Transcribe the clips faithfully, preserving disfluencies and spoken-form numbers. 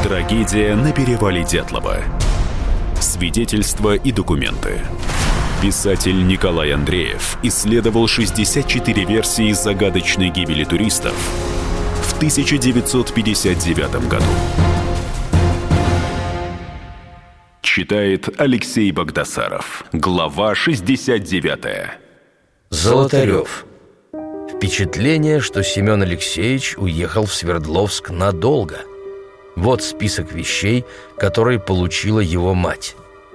Трагедия на перевале Дятлова. Свидетельства и документы. Писатель Николай Андреев исследовал шестьдесят четыре версии загадочной гибели туристов в тысяча девятьсот пятьдесят девятом году. Читает Алексей Багдасаров. Глава шестьдесят девятая. Золотарев. Впечатление, что Семен Алексеевич уехал в Свердловск надолго. Вот список вещей, которые получила его мать.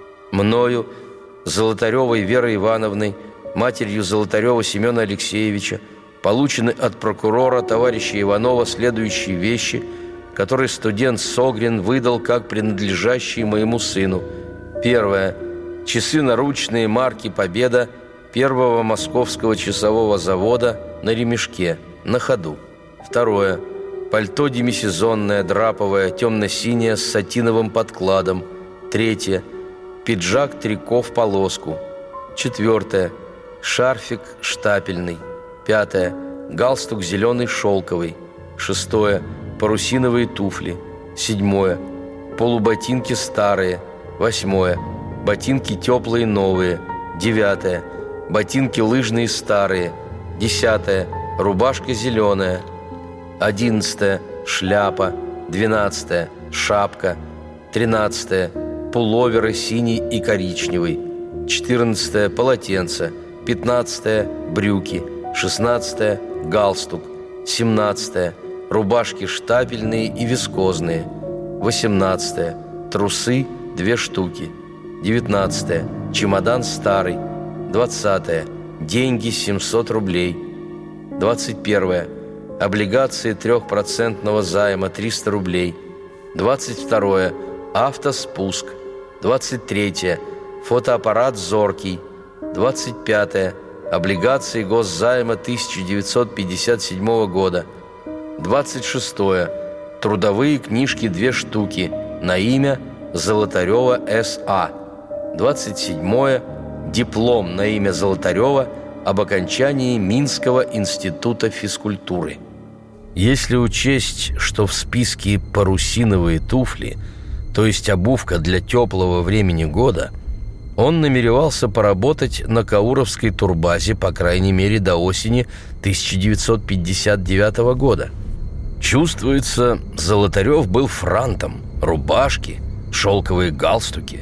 Мною, Золотаревой Верой Ивановной, матерью Золотарева Семена Алексеевича, получены от прокурора товарища Иванова следующие вещи, которые студент Согрин выдал как принадлежащие моему сыну. Первое. Часы наручные марки «Победа» первого московского часового завода на ремешке, на ходу. Второе. Пальто демисезонное, драповое, темно-синее с сатиновым подкладом. Третье. Пиджак трико в полоску. Четвертое. Шарфик штапельный. Пятое. Галстук зеленый шелковый. Шестое. Парусиновые туфли. Седьмое. Полуботинки старые. Восьмое. Ботинки теплые новые. Девятое. Ботинки лыжные старые. Десятое. Рубашка зеленая. Одиннадцатое. Шляпа. Двенадцатое. Шапка. Тринадцатое. Пуловеры синий и коричневый. Четырнадцатое. Полотенце. Пятнадцатое. Брюки. Шестнадцатое. Галстук. Семнадцатое. Рубашки штапельные и вискозные. Восемнадцатое. Трусы две штуки. Девятнадцатое. Чемодан старый. Двадцатое. Деньги семьсот рублей. Двадцать первое. Облигации трехпроцентного займа триста рублей. Двадцать второе. Автоспуск. Двадцать третье. Фотоаппарат «Зоркий». Двадцать пятое. Облигации госзайма тысяча девятьсот пятьдесят седьмого года. Двадцать шестое. Трудовые книжки две штуки на имя Золотарева С А. Двадцать седьмое. Диплом на имя Золотарева об окончании Минского института физкультуры. Если учесть, что в списке парусиновые туфли, то есть обувка для теплого времени года, он намеревался поработать на Кауровской турбазе, по крайней мере, до осени тысяча девятьсот пятьдесят девятого года. Чувствуется, Золотарев был франтом, рубашки, шелковые галстуки.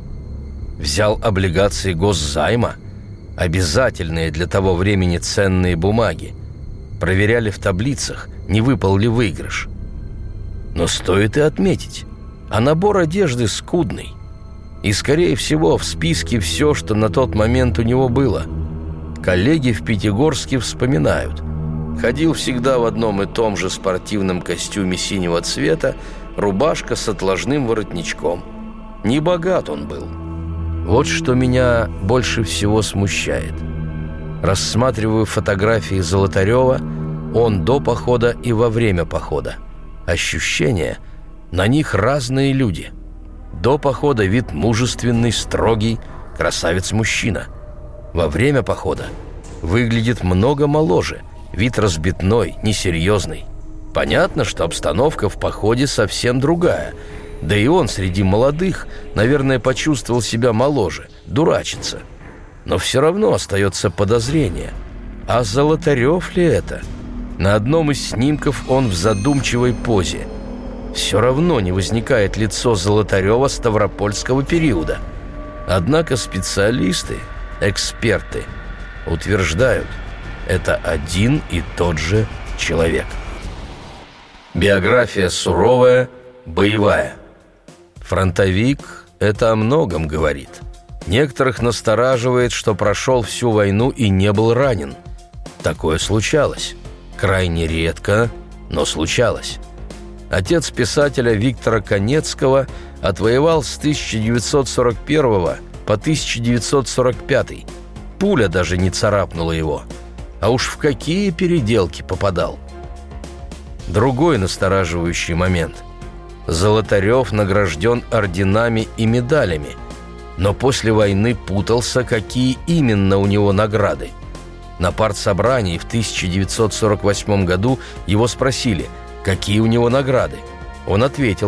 Взял облигации госзайма, обязательные для того времени ценные бумаги. Проверяли в таблицах, не выпал ли выигрыш. Но стоит и отметить, а набор одежды скудный. И, скорее всего, в списке все, что на тот момент у него было. Коллеги в Пятигорске вспоминают. Ходил всегда в одном и том же спортивном костюме синего цвета, рубашка с отложным воротничком. Не богат он был. Вот что меня больше всего смущает. Рассматриваю фотографии Золотарева, он до похода и во время похода. Ощущение, на них разные люди. До похода вид мужественный, строгий, красавец-мужчина. Во время похода выглядит много моложе, вид разбитной, несерьезный. Понятно, что обстановка в походе совсем другая. Да и он среди молодых, наверное, почувствовал себя моложе, дурачится. Но все равно остается подозрение. А Золотарев ли это? На одном из снимков он в задумчивой позе. Все равно не возникает лицо Золотарева ставропольского периода. Однако специалисты, эксперты утверждают, это один и тот же человек. Биография суровая, боевая. Фронтовик – это о многом говорит. Некоторых настораживает, что прошел всю войну и не был ранен. Такое случалось. Крайне редко, но случалось. Отец писателя Виктора Канецкого отвоевал с тысяча девятьсот сорок первого по тысяча девятьсот сорок пятый. Пуля даже не царапнула его. А уж в какие переделки попадал. Другой настораживающий момент. Золотарев награжден орденами и медалями, но после войны путался, какие именно у него награды. На партсобрании в тысяча девятьсот сорок восьмом году его спросили, какие у него награды. Он ответил: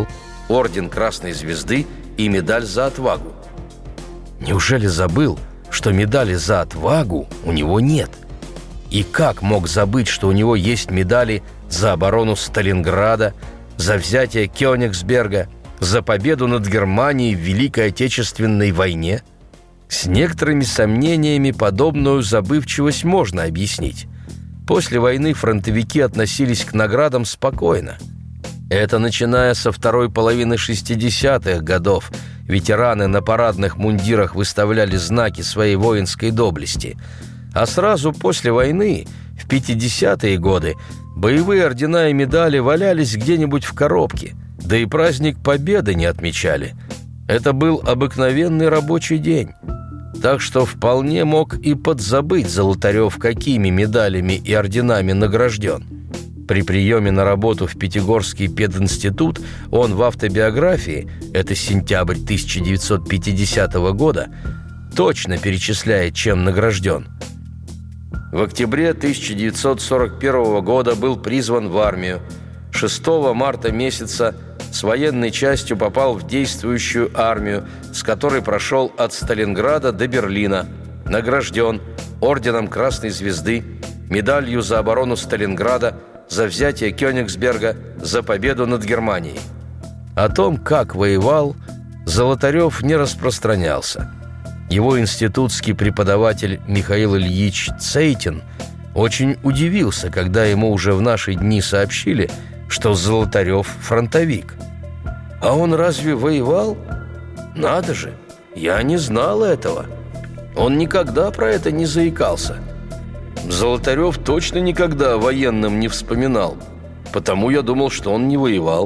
орден Красной Звезды и медаль за отвагу. Неужели забыл, что медали за отвагу у него нет? И как мог забыть, что у него есть медали за оборону Сталинграда, за взятие Кёнигсберга, за победу над Германией в Великой Отечественной войне? С некоторыми сомнениями подобную забывчивость можно объяснить. После войны фронтовики относились к наградам спокойно. Это начиная со второй половины шестидесятых годов ветераны на парадных мундирах выставляли знаки своей воинской доблести. А сразу после войны, в пятидесятые годы, боевые ордена и медали валялись где-нибудь в коробке, да и праздник Победы не отмечали. Это был обыкновенный рабочий день. Так что вполне мог и подзабыть Золотарев, какими медалями и орденами награжден. При приеме на работу в Пятигорский пединститут он в автобиографии, это сентябрь тысяча девятьсот пятидесятого года, точно перечисляет, чем награжден. В октябре тысяча девятьсот сорок первого года был призван в армию. шестого марта месяца с военной частью попал в действующую армию, с которой прошел от Сталинграда до Берлина. Награжден орденом Красной Звезды, медалью за оборону Сталинграда, за взятие Кёнигсберга, за победу над Германией. О том, как воевал, Золотарев не распространялся. Его институтский преподаватель Михаил Ильич Цейтин очень удивился, когда ему уже в наши дни сообщили, что Золотарев фронтовик. А он разве воевал? Надо же, я не знал этого. Он никогда про это не заикался. Золотарев точно никогда о военном не вспоминал, потому я думал, что он не воевал.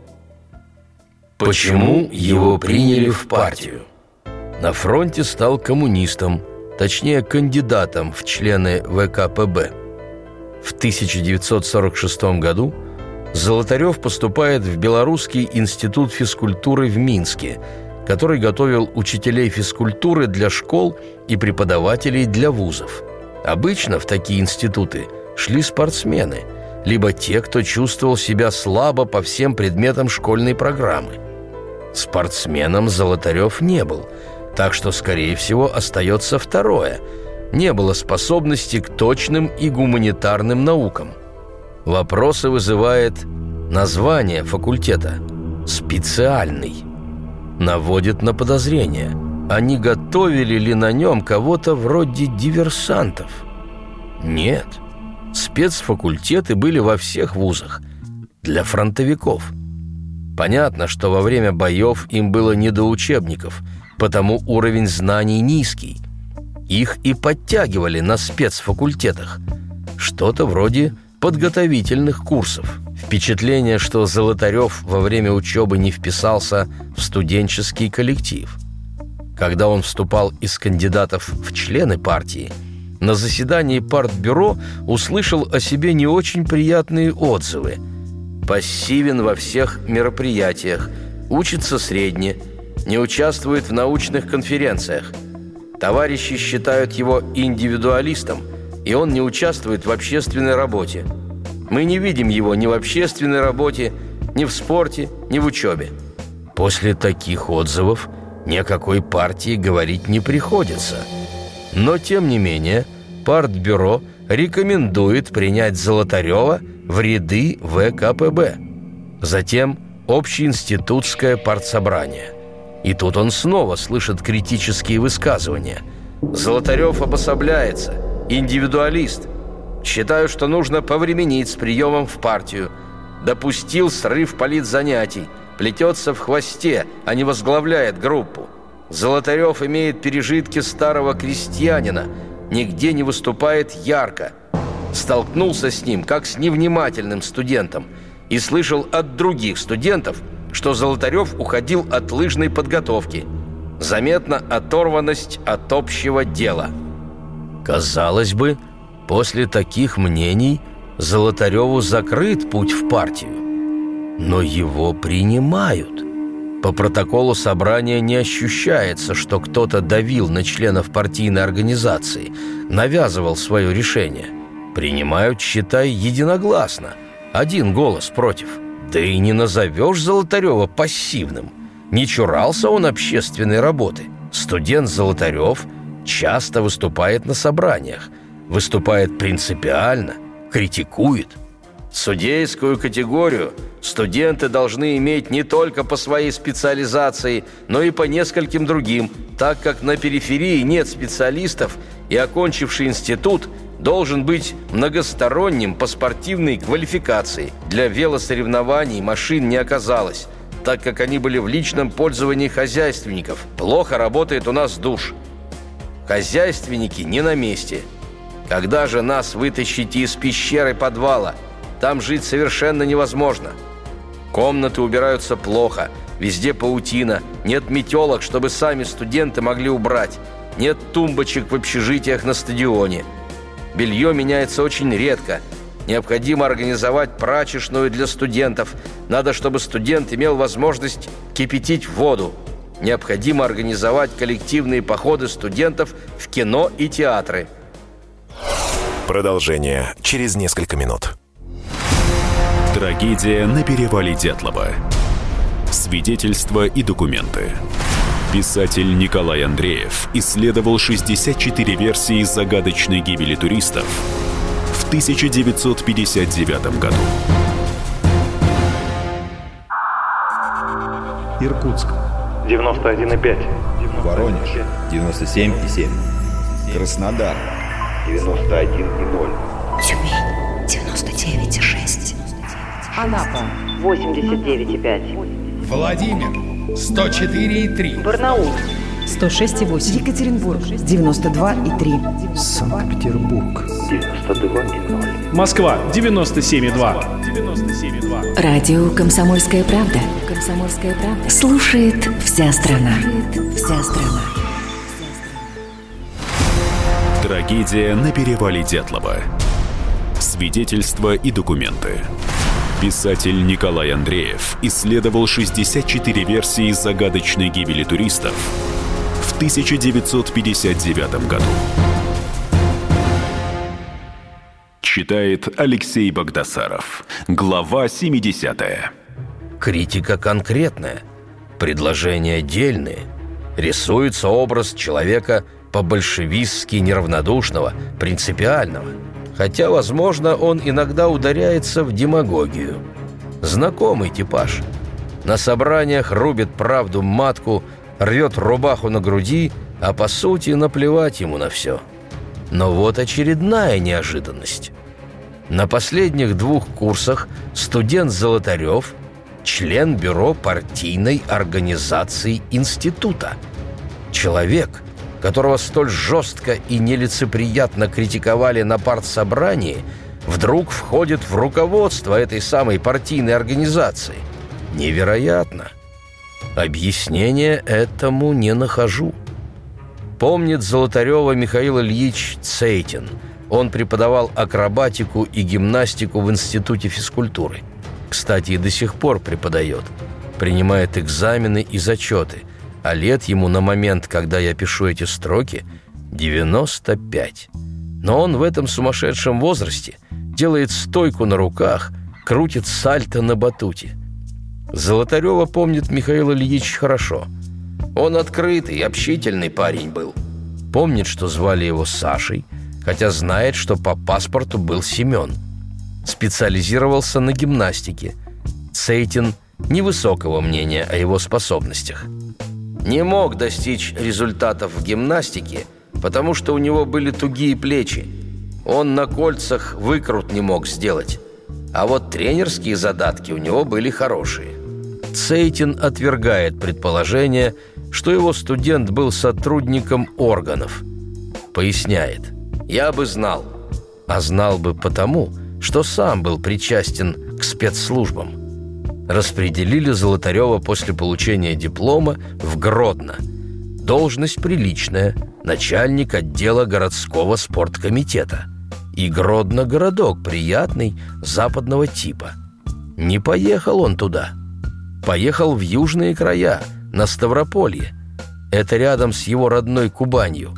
Почему его приняли в партию? На фронте стал коммунистом, точнее кандидатом в члены вэ ка пэ бэ. В тысяча девятьсот сорок шестом году Золотарев поступает в Белорусский институт физкультуры в Минске, который готовил учителей физкультуры для школ и преподавателей для вузов. Обычно в такие институты шли спортсмены, либо те, кто чувствовал себя слабо по всем предметам школьной программы. Спортсменом Золотарев не был, так что, скорее всего, остается второе. Не было способности к точным и гуманитарным наукам. Вопросы вызывает название факультета «специальный». Наводит на подозрение, а не готовили ли на нем кого-то вроде диверсантов? Нет, спецфакультеты были во всех вузах, для фронтовиков. Понятно, что во время боев им было не до учебников, потому уровень знаний низкий. Их и подтягивали на спецфакультетах. Что-то вроде подготовительных курсов. Впечатление, что Золотарев во время учебы не вписался в студенческий коллектив. Когда он вступал из кандидатов в члены партии, на заседании партбюро услышал о себе не очень приятные отзывы. Пассивен во всех мероприятиях, учится средне, не участвует в научных конференциях. Товарищи считают его индивидуалистом, и он не участвует в общественной работе. Мы не видим его ни в общественной работе, ни в спорте, ни в учебе. После таких отзывов ни о какой партии говорить не приходится. Но, тем не менее, партбюро рекомендует принять Золотарева в ряды вэ ка пэ бэ. Затем общеинститутское партсобрание. И тут он снова слышит критические высказывания. Золотарев обособляется, индивидуалист. Считаю, что нужно повременить с приемом в партию. Допустил срыв политзанятий, плетется в хвосте, а не возглавляет группу. Золотарев имеет пережитки старого крестьянина, нигде не выступает ярко. Столкнулся с ним, как с невнимательным студентом, и слышал от других студентов, что Золотарев уходил от лыжной подготовки. Заметна оторванность от общего дела. Казалось бы, после таких мнений Золотареву закрыт путь в партию. Но его принимают. По протоколу собрания не ощущается, что кто-то давил на членов партийной организации, навязывал свое решение. Принимают, считай, единогласно. Один голос против. Да и не назовешь Золотарева пассивным. Не чурался он общественной работы. Студент Золотарев часто выступает на собраниях, выступает принципиально, критикует. Судейскую категорию студенты должны иметь не только по своей специализации, но и по нескольким другим, так как на периферии нет специалистов, и окончивший институт должен быть многосторонним по спортивной квалификации. Для велосоревнований машин не оказалось, так как они были в личном пользовании хозяйственников. Плохо работает у нас душ. Хозяйственники не на месте. Когда же нас вытащите из пещеры подвала? Там жить совершенно невозможно. Комнаты убираются плохо, везде паутина, нет метелок, чтобы сами студенты могли убрать, нет тумбочек в общежитиях на стадионе. Белье меняется очень редко. Необходимо организовать прачечную для студентов. Надо, чтобы студент имел возможность кипятить воду. Необходимо организовать коллективные походы студентов в кино и театры. Продолжение через несколько минут. Трагедия на перевале Дятлова. Свидетельства и документы. Писатель Николай Андреев исследовал шестьдесят четыре версии загадочной гибели туристов в тысяча девятьсот пятьдесят девятом году. Иркутск девяносто один и пять. Воронеж девяносто семь и семь. Краснодар девяносто один и ноль. Тюмень девяносто девять и шесть. Анапа восемьдесят девять и пять. Владимир сто четыре и три. Барнаул сто шесть и восемь. Екатеринбург девяносто два и три. Санкт-Петербург девяносто два и ноль. Москва девяносто семь и два. Радио «Комсомольская правда». «Комсомольская правда». Слушает вся страна. Вся страна. Трагедия на перевале Дятлова. Свидетельства и документы. Писатель Николай Андреев исследовал шестьдесят четыре версии загадочной гибели туристов в тысяча девятьсот пятьдесят девятом году. Читает Алексей Багдасаров. Глава семидесятая. Критика конкретная, предложения дельные. Рисуется образ человека по-большевистски неравнодушного, принципиального. Хотя, возможно, он иногда ударяется в демагогию. Знакомый типаж. На собраниях рубит правду матку, рвет рубаху на груди, а по сути наплевать ему на все. Но вот очередная неожиданность. На последних двух курсах студент Золотарев – член бюро партийной организации института. Человек, которого столь жестко и нелицеприятно критиковали на партсобрании, вдруг входит в руководство этой самой партийной организации. Невероятно. Объяснения этому не нахожу. Помнит Золотарева Михаил Ильич Цейтин. Он преподавал акробатику и гимнастику в Институте физкультуры. Кстати, и до сих пор преподает. Принимает экзамены и зачеты. А лет ему на момент, когда я пишу эти строки, девяносто пять. Но он в этом сумасшедшем возрасте делает стойку на руках, крутит сальто на батуте. Золотарева помнит Михаил Ильич хорошо. Он открытый, общительный парень был. Помнит, что звали его Сашей, хотя знает, что по паспорту был Семен. Специализировался на гимнастике. Цейтин невысокого мнения о его способностях. Не мог достичь результатов в гимнастике, потому что у него были тугие плечи. Он на кольцах выкрут не мог сделать. А вот тренерские задатки у него были хорошие. Цейтин отвергает предположение, что его студент был сотрудником органов. Поясняет: «Я бы знал, а знал бы потому, что сам был причастен к спецслужбам». Распределили Золотарева после получения диплома в Гродно. Должность приличная, начальник отдела городского спорткомитета. И Гродно городок приятный, западного типа. Не поехал он туда. Поехал в южные края, на Ставрополье. Это рядом с его родной Кубанью.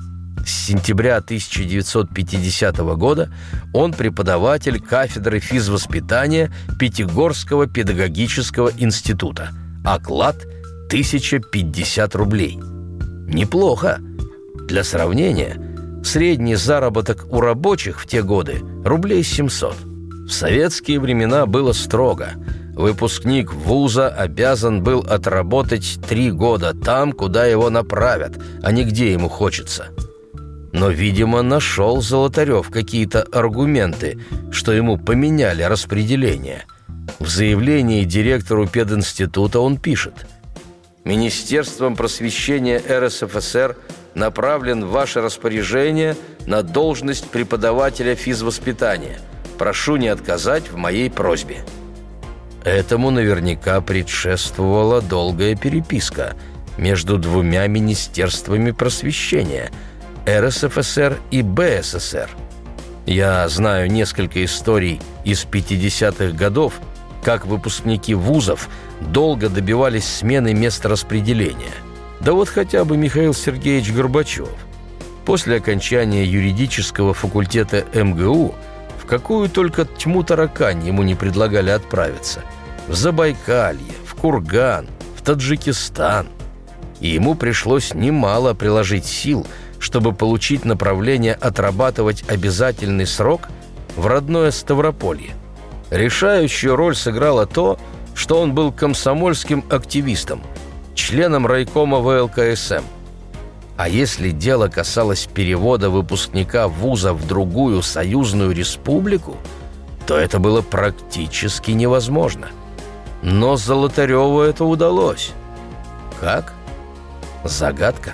С сентября тысяча девятьсот пятидесятого года он преподаватель кафедры физвоспитания Пятигорского педагогического института. Оклад – тысяча пятьдесят рублей. Неплохо. Для сравнения, средний заработок у рабочих в те годы – рублей семьсот. В советские времена было строго. Выпускник вуза обязан был отработать три года там, куда его направят, а не где ему хочется. Но, видимо, нашел Золотарев какие-то аргументы, что ему поменяли распределение. В заявлении директору пединститута он пишет: «Министерством просвещения эр эс эф эс эр направлен в ваше распоряжение на должность преподавателя физвоспитания. Прошу не отказать в моей просьбе». Этому наверняка предшествовала долгая переписка между двумя министерствами просвещения – эр эс эф эс эр и бэ эс эс эр. Я знаю несколько историй из пятидесятых годов, как выпускники вузов долго добивались смены места распределения. Да вот хотя бы Михаил Сергеевич Горбачев. После окончания юридического факультета эм гэ у в какую только тьму таракань ему не предлагали отправиться. В Забайкалье, в Курган, в Таджикистан. И ему пришлось немало приложить сил, чтобы получить направление отрабатывать обязательный срок в родное Ставрополье. Решающую роль сыграло то, что он был комсомольским активистом, членом райкома вэ эл ка эс эм. А если дело касалось перевода выпускника вуза в другую союзную республику, то это было практически невозможно. Но Золотареву это удалось. Как? Загадка.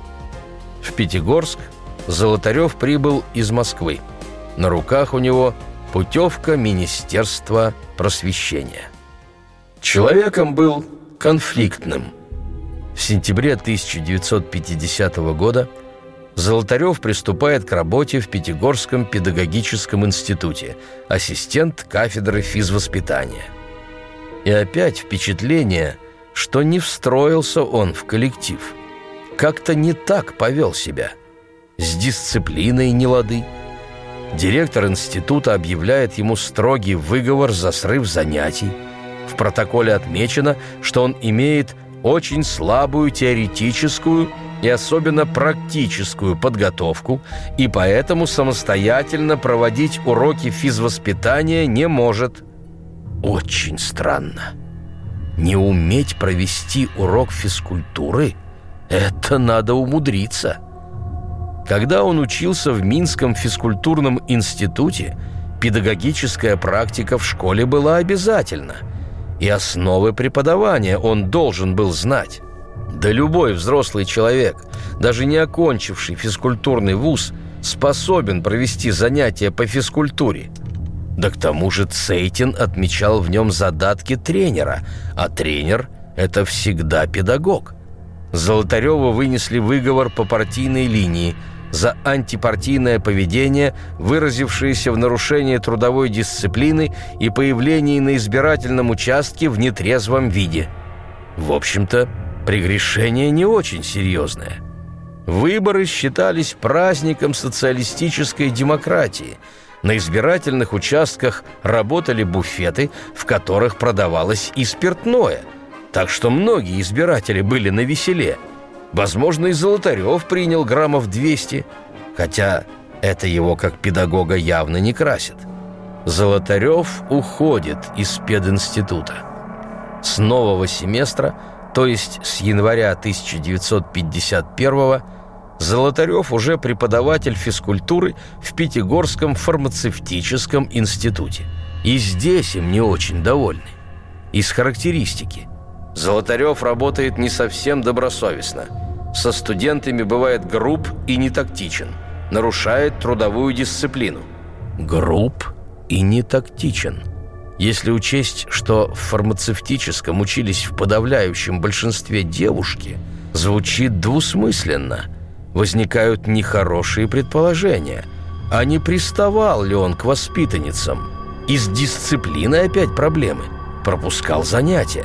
В Пятигорск Золотарев прибыл из Москвы. На руках у него путевка Министерства просвещения. Человеком был конфликтным. В сентябре тысяча девятьсот пятидесятого года Золотарев приступает к работе в Пятигорском педагогическом институте, ассистент кафедры физвоспитания. И опять впечатление, что не встроился он в коллектив. Как-то не так повел себя. С дисциплиной не лады. Директор института объявляет ему строгий выговор за срыв занятий. В протоколе отмечено, что он имеет очень слабую теоретическую и особенно практическую подготовку, и поэтому самостоятельно проводить уроки физвоспитания не может. Очень странно. Не уметь провести урок физкультуры – это надо умудриться. Когда он учился в Минском физкультурном институте, педагогическая практика в школе была обязательна, и основы преподавания он должен был знать. Да любой взрослый человек, даже не окончивший физкультурный вуз, способен провести занятия по физкультуре. Да к тому же Цейтин отмечал в нем задатки тренера, а тренер – это всегда педагог. Золотареву вынесли выговор по партийной линии за антипартийное поведение, выразившееся в нарушении трудовой дисциплины и появлении на избирательном участке в нетрезвом виде. В общем-то, прегрешение не очень серьезное. Выборы считались праздником социалистической демократии. На избирательных участках работали буфеты, в которых продавалось и спиртное. Так что многие избиратели были навеселе. Возможно, и Золотарев принял граммов двести, хотя это его как педагога явно не красит. Золотарев уходит из пединститута. С нового семестра, то есть с января тысяча девятьсот пятьдесят первого, Золотарев уже преподаватель физкультуры в Пятигорском фармацевтическом институте. И здесь им не очень довольны. Из характеристики. Золотарев работает не совсем добросовестно. Со студентами бывает груб и нетактичен. Нарушает трудовую дисциплину. Груб и нетактичен. Если учесть, что в фармацевтическом учились в подавляющем большинстве девушки, звучит двусмысленно. Возникают нехорошие предположения. А не приставал ли он к воспитанницам? И с дисциплиной опять проблемы. Пропускал занятия.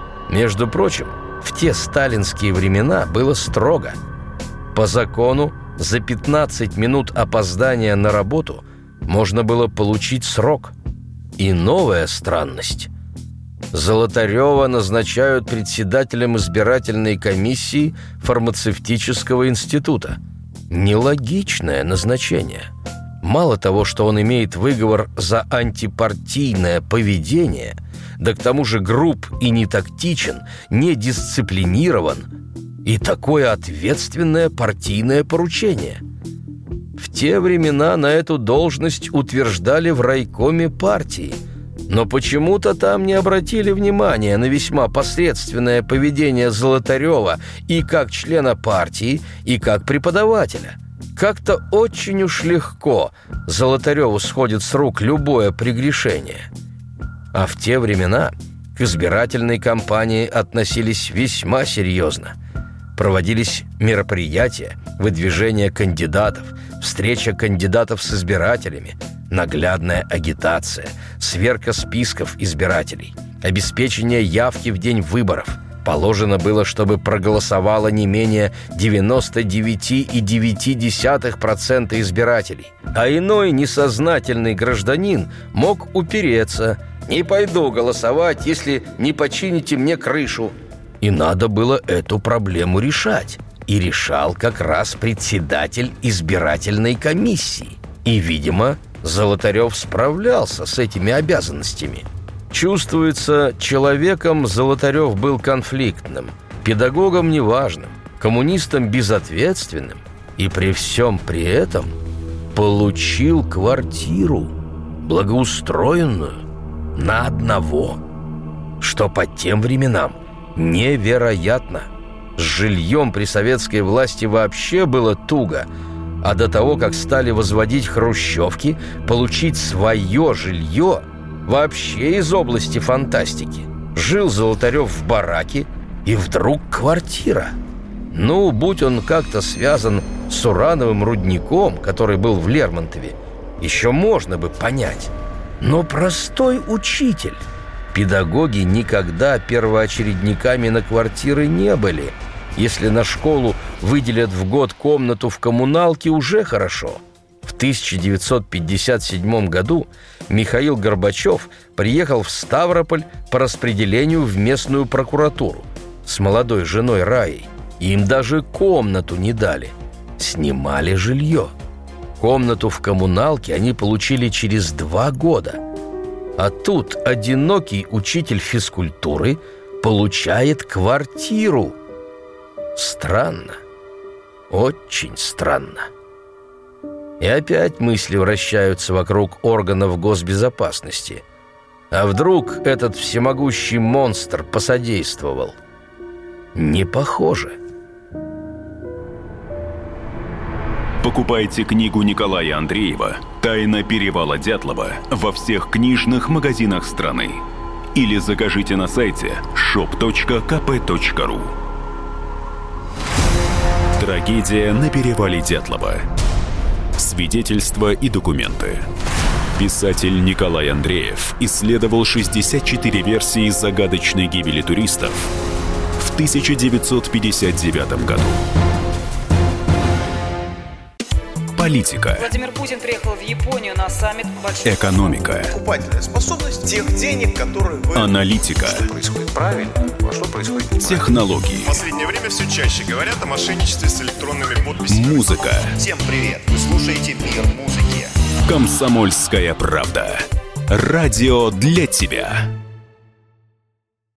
Между прочим, в те сталинские времена было строго. По закону за пятнадцать минут опоздания на работу можно было получить срок. И новая странность. Золотарева назначают председателем избирательной комиссии фармацевтического института. Нелогичное назначение. Мало того, что он имеет выговор за антипартийное поведение, да к тому же груб и нетактичен, недисциплинирован, и такое ответственное партийное поручение. В те времена на эту должность утверждали в райкоме партии, но почему-то там не обратили внимания на весьма посредственное поведение Золотарева и как члена партии, и как преподавателя. Как-то очень уж легко Золотареву сходит с рук любое прегрешение. А в те времена к избирательной кампании относились весьма серьезно. Проводились мероприятия, выдвижение кандидатов, встреча кандидатов с избирателями, наглядная агитация, сверка списков избирателей, обеспечение явки в день выборов. Положено было, чтобы проголосовало не менее девяносто девять целых девять десятых процента избирателей. А иной несознательный гражданин мог упереться: «Не пойду голосовать, если не почините мне крышу». И надо было эту проблему решать. И решал как раз председатель избирательной комиссии. И, видимо, Золотарев справлялся с этими обязанностями. Чувствуется, человеком Золотарев был конфликтным, педагогом неважным, коммунистом безответственным. И при всем при этом получил квартиру, благоустроенную, на одного, что по тем временам невероятно. С жильем при советской власти вообще было туго, а до того, как стали возводить хрущевки, получить свое жилье вообще из области фантастики. Жил Золотарев в бараке, и вдруг квартира. Ну, будь он как-то связан с урановым рудником, который был в Лермонтове, еще можно бы понять. Но простой учитель. Педагоги никогда первоочередниками на квартиры не были. Если на школу выделят в год комнату в коммуналке, уже хорошо. В тысяча девятьсот пятьдесят седьмом году Михаил Горбачев приехал в Ставрополь по распределению в местную прокуратуру с молодой женой Раей. Им даже комнату не дали. Снимали жилье. Комнату в коммуналке они получили через два года. А тут одинокий учитель физкультуры получает квартиру. Странно. Очень странно. И опять мысли вращаются вокруг органов госбезопасности. А вдруг этот всемогущий монстр посодействовал? Не похоже. Покупайте книгу Николая Андреева «Тайна перевала Дятлова» во всех книжных магазинах страны. Или закажите на сайте шоп точка ка пэ точка ру. Трагедия на перевале Дятлова. Свидетельства и документы. Писатель Николай Андреев исследовал шестьдесят четыре версии загадочной гибели туристов в тысяча девятьсот пятьдесят девятом году. Политика. Владимир Путин приехал в Японию на саммит большой... Экономика. Покупательная способность тех денег, которые вы... Аналитика. Что происходит правильно, а что происходит неправильно. Технологии. В последнее время все чаще говорят о мошенничестве с электронными подписями. Музыка. Всем привет! Вы слушаете «Мир музыки». Комсомольская правда. Радио для тебя.